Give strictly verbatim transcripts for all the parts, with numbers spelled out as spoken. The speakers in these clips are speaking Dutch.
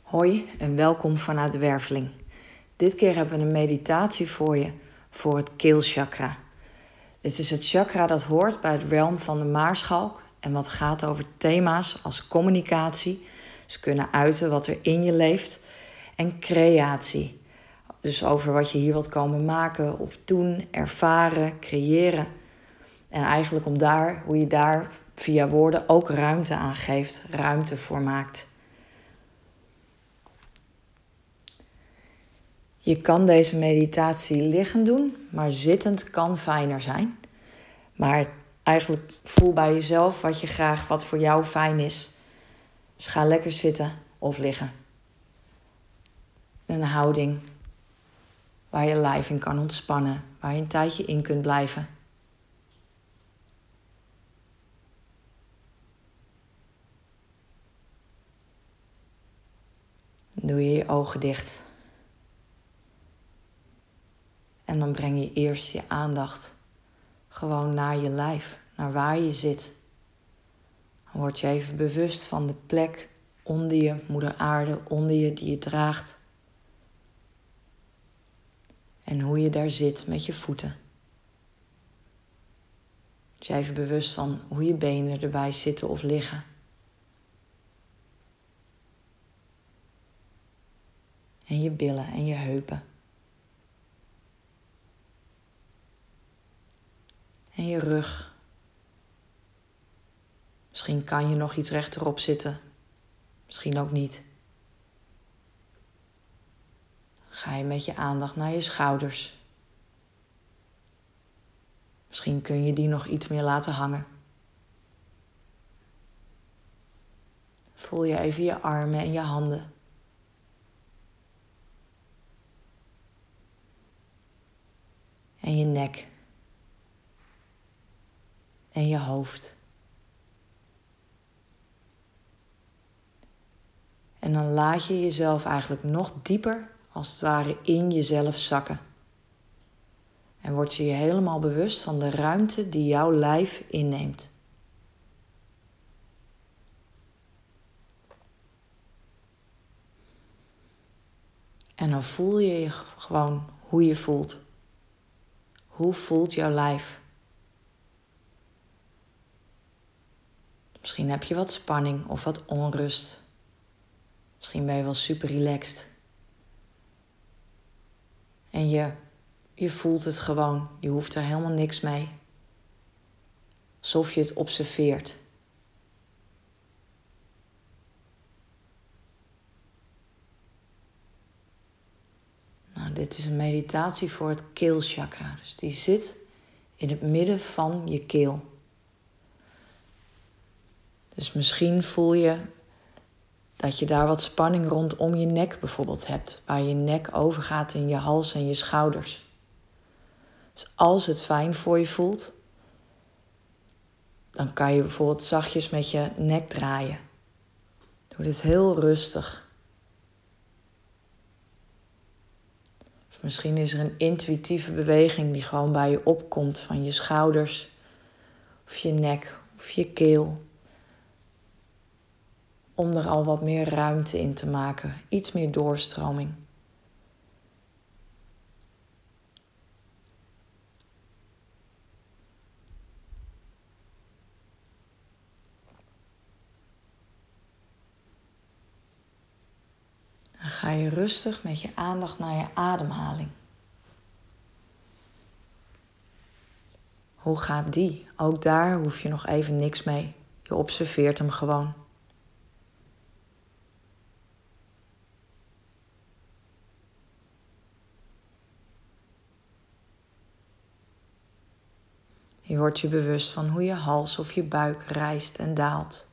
Hoi en welkom vanuit de Werveling. Dit keer hebben we een meditatie voor je voor het keelchakra. Dit is het chakra dat hoort bij het realm van de maarschalk en wat gaat over thema's als communicatie, dus kunnen uiten wat er in je leeft, en creatie. Dus over wat je hier wilt komen maken of doen, ervaren, creëren. En eigenlijk om daar, hoe je daar via woorden ook ruimte aan geeft, ruimte voor maakt. Je kan deze meditatie liggend doen, maar zittend kan fijner zijn. Maar eigenlijk voel bij jezelf wat je graag, wat voor jou fijn is. Dus ga lekker zitten of liggen. Een houding waar je lijf in kan ontspannen, waar je een tijdje in kunt blijven. Dan doe je je ogen dicht. En dan breng je eerst je aandacht gewoon naar je lijf, naar waar je zit. Dan word je even bewust van de plek onder je, moeder aarde, onder je die je draagt. En hoe je daar zit met je voeten. Word je even bewust van hoe je benen erbij zitten of liggen. En je billen en je heupen. En je rug. Misschien kan je nog iets rechterop zitten. Misschien ook niet. Ga je met je aandacht naar je schouders. Misschien kun je die nog iets meer laten hangen. Voel je even je armen en je handen. En je nek. En je hoofd. En dan laat je jezelf eigenlijk nog dieper, als het ware, in jezelf zakken. En word je je helemaal bewust van de ruimte die jouw lijf inneemt. En dan voel je je gewoon hoe je voelt. Hoe voelt jouw lijf? Misschien heb je wat spanning of wat onrust. Misschien ben je wel super relaxed. En je, je voelt het gewoon. Je hoeft er helemaal niks mee. Alsof je het observeert. Nou, dit is een meditatie voor het keelchakra. Dus die zit in het midden van je keel. Dus misschien voel je dat je daar wat spanning rondom je nek bijvoorbeeld hebt. Waar je nek overgaat in je hals en je schouders. Dus als het fijn voor je voelt, dan kan je bijvoorbeeld zachtjes met je nek draaien. Doe dit heel rustig. Of misschien is er een intuïtieve beweging die gewoon bij je opkomt van je schouders. Of je nek of je keel. Om er al wat meer ruimte in te maken. Iets meer doorstroming. Dan ga je rustig met je aandacht naar je ademhaling. Hoe gaat die? Ook daar hoef je nog even niks mee. Je observeert hem gewoon. Je wordt je bewust van hoe je hals of je buik rijst en daalt.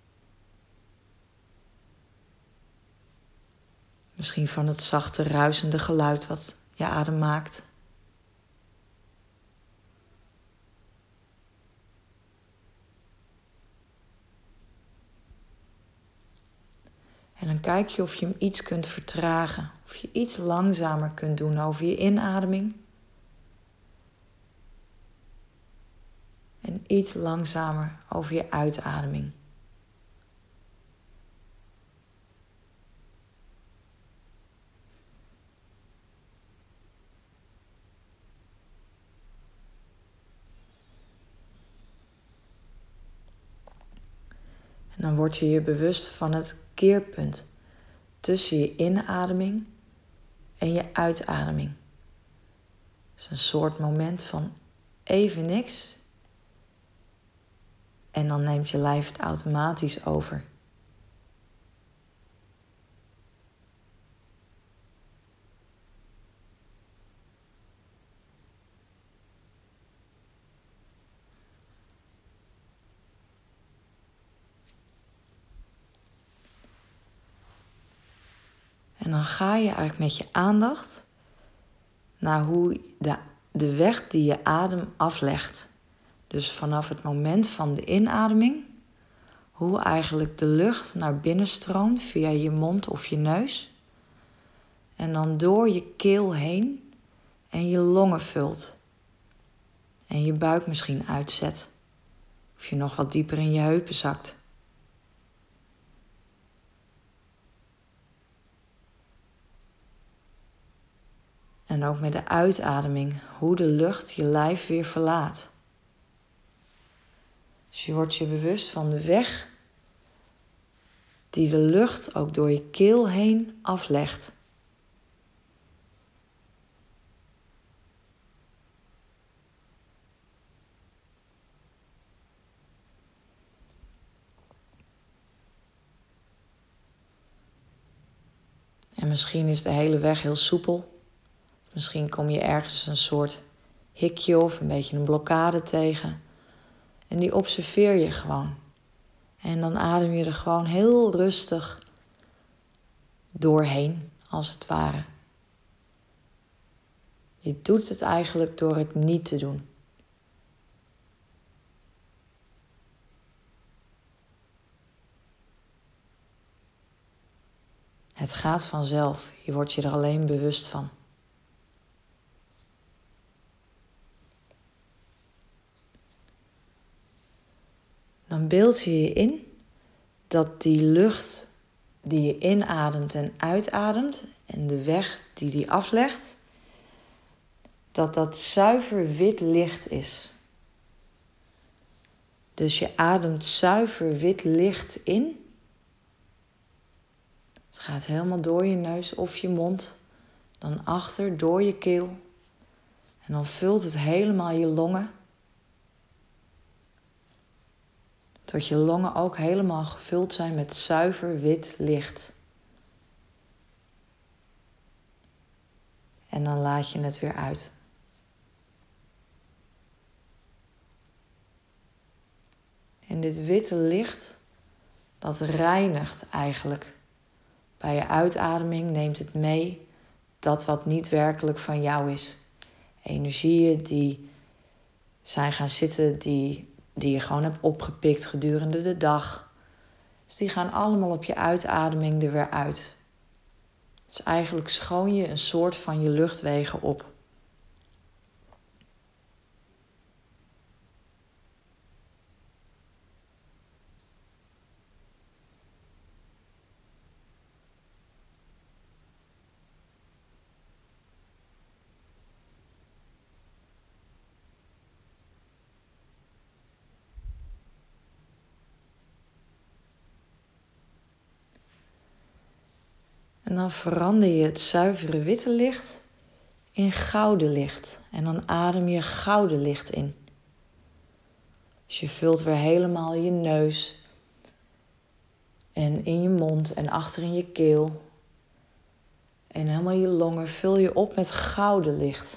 Misschien van het zachte, ruisende geluid wat je adem maakt. En dan kijk je of je hem iets kunt vertragen. Of je iets langzamer kunt doen over je inademing. En iets langzamer over je uitademing. En dan word je je bewust van het keerpunt tussen je inademing en je uitademing. Het is een soort moment van even niks. En dan neemt je lijf het automatisch over. En dan ga je eigenlijk met je aandacht naar hoe de, de weg die je adem aflegt. Dus vanaf het moment van de inademing, hoe eigenlijk de lucht naar binnen stroomt via je mond of je neus. En dan door je keel heen en je longen vult. En je buik misschien uitzet. Of je nog wat dieper in je heupen zakt. En ook met de uitademing, hoe de lucht je lijf weer verlaat. Dus je wordt je bewust van de weg die de lucht ook door je keel heen aflegt. En misschien is de hele weg heel soepel. Misschien kom je ergens een soort hikje of een beetje een blokkade tegen. En die observeer je gewoon. En dan adem je er gewoon heel rustig doorheen, als het ware. Je doet het eigenlijk door het niet te doen. Het gaat vanzelf. Je wordt je er alleen bewust van. Dan beeld je je in dat die lucht die je inademt en uitademt en de weg die die aflegt, dat dat zuiver wit licht is. Dus je ademt zuiver wit licht in. Het gaat helemaal door je neus of je mond, dan achter door je keel. En dan vult het helemaal je longen. Tot je longen ook helemaal gevuld zijn met zuiver wit licht. En dan laat je het weer uit. En dit witte licht, dat reinigt eigenlijk. Bij je uitademing neemt het mee dat wat niet werkelijk van jou is. Energieën die zijn gaan zitten, die, die je gewoon hebt opgepikt gedurende de dag. Dus die gaan allemaal op je uitademing er weer uit. Dus eigenlijk schoon je een soort van je luchtwegen op. En dan verander je het zuivere witte licht in gouden licht. En dan adem je gouden licht in. Dus je vult weer helemaal je neus en in je mond en achter in je keel. En helemaal je longen vul je op met gouden licht.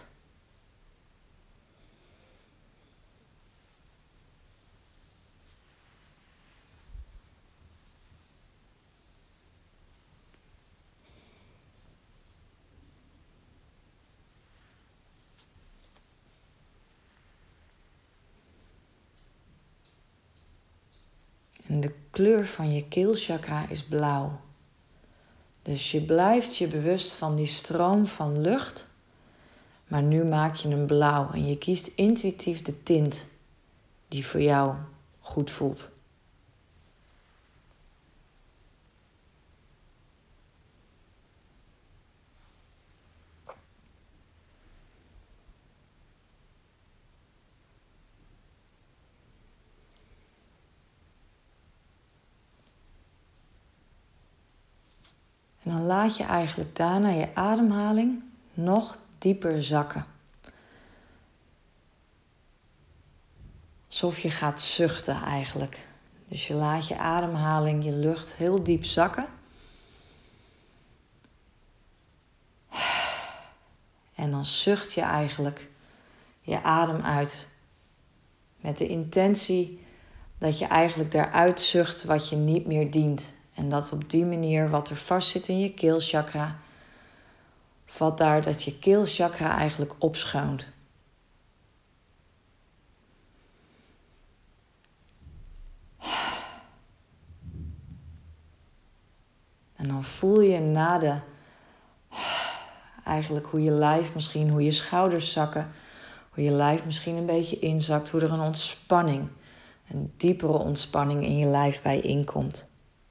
En de kleur van je keelchakra is blauw. Dus je blijft je bewust van die stroom van lucht. Maar nu maak je hem blauw en je kiest intuïtief de tint die voor jou goed voelt. En dan laat je eigenlijk daarna je ademhaling nog dieper zakken. Alsof je gaat zuchten eigenlijk. Dus je laat je ademhaling, je lucht heel diep zakken. En dan zucht je eigenlijk je adem uit. Met de intentie dat je eigenlijk daaruit zucht wat je niet meer dient. En dat op die manier wat er vast zit in je keelchakra, valt daar dat je keelchakra eigenlijk opschuimt. En dan voel je na de, eigenlijk hoe je lijf misschien, hoe je schouders zakken, hoe je lijf misschien een beetje inzakt, hoe er een ontspanning, een diepere ontspanning in je lijf bij inkomt.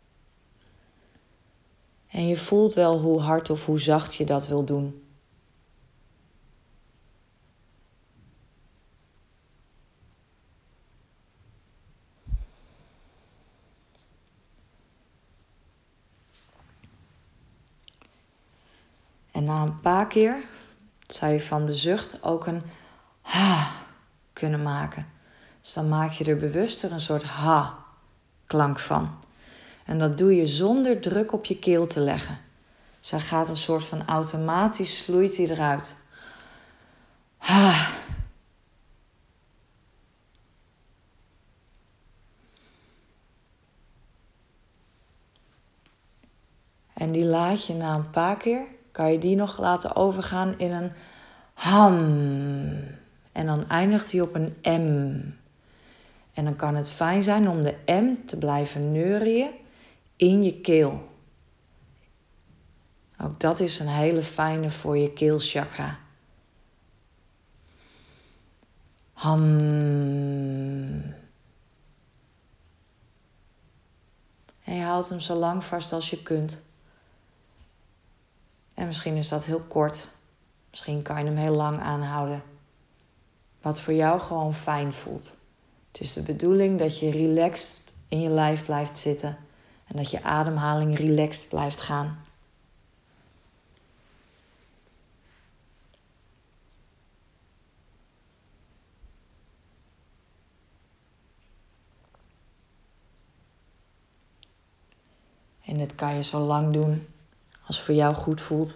En je voelt wel hoe hard of hoe zacht je dat wil doen. En na een paar keer zou je van de zucht ook een ha kunnen maken. Dus dan maak je er bewuster een soort ha-klank van. En dat doe je zonder druk op je keel te leggen. Dus hij gaat een soort van automatisch vloeit hij eruit. Ha. En die laat je na een paar keer, kan je die nog laten overgaan in een ham. En dan eindigt hij op een M. En dan kan het fijn zijn om de M te blijven neurien in je keel. Ook dat is een hele fijne voor je keelchakra. Ham. En je houdt hem zo lang vast als je kunt. En misschien is dat heel kort. Misschien kan je hem heel lang aanhouden. Wat voor jou gewoon fijn voelt. Het is de bedoeling dat je relaxed in je lijf blijft zitten. En dat je ademhaling relaxed blijft gaan. En dit kan je zo lang doen als het voor jou goed voelt.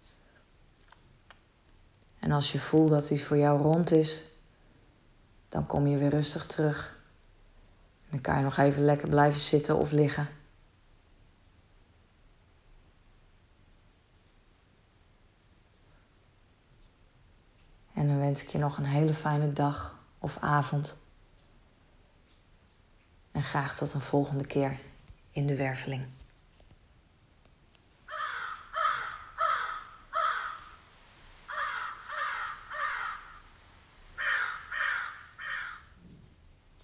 En als je voelt dat hij voor jou rond is, dan kom je weer rustig terug. En dan kan je nog even lekker blijven zitten of liggen. En dan wens ik je nog een hele fijne dag of avond. En graag tot een volgende keer in de werveling.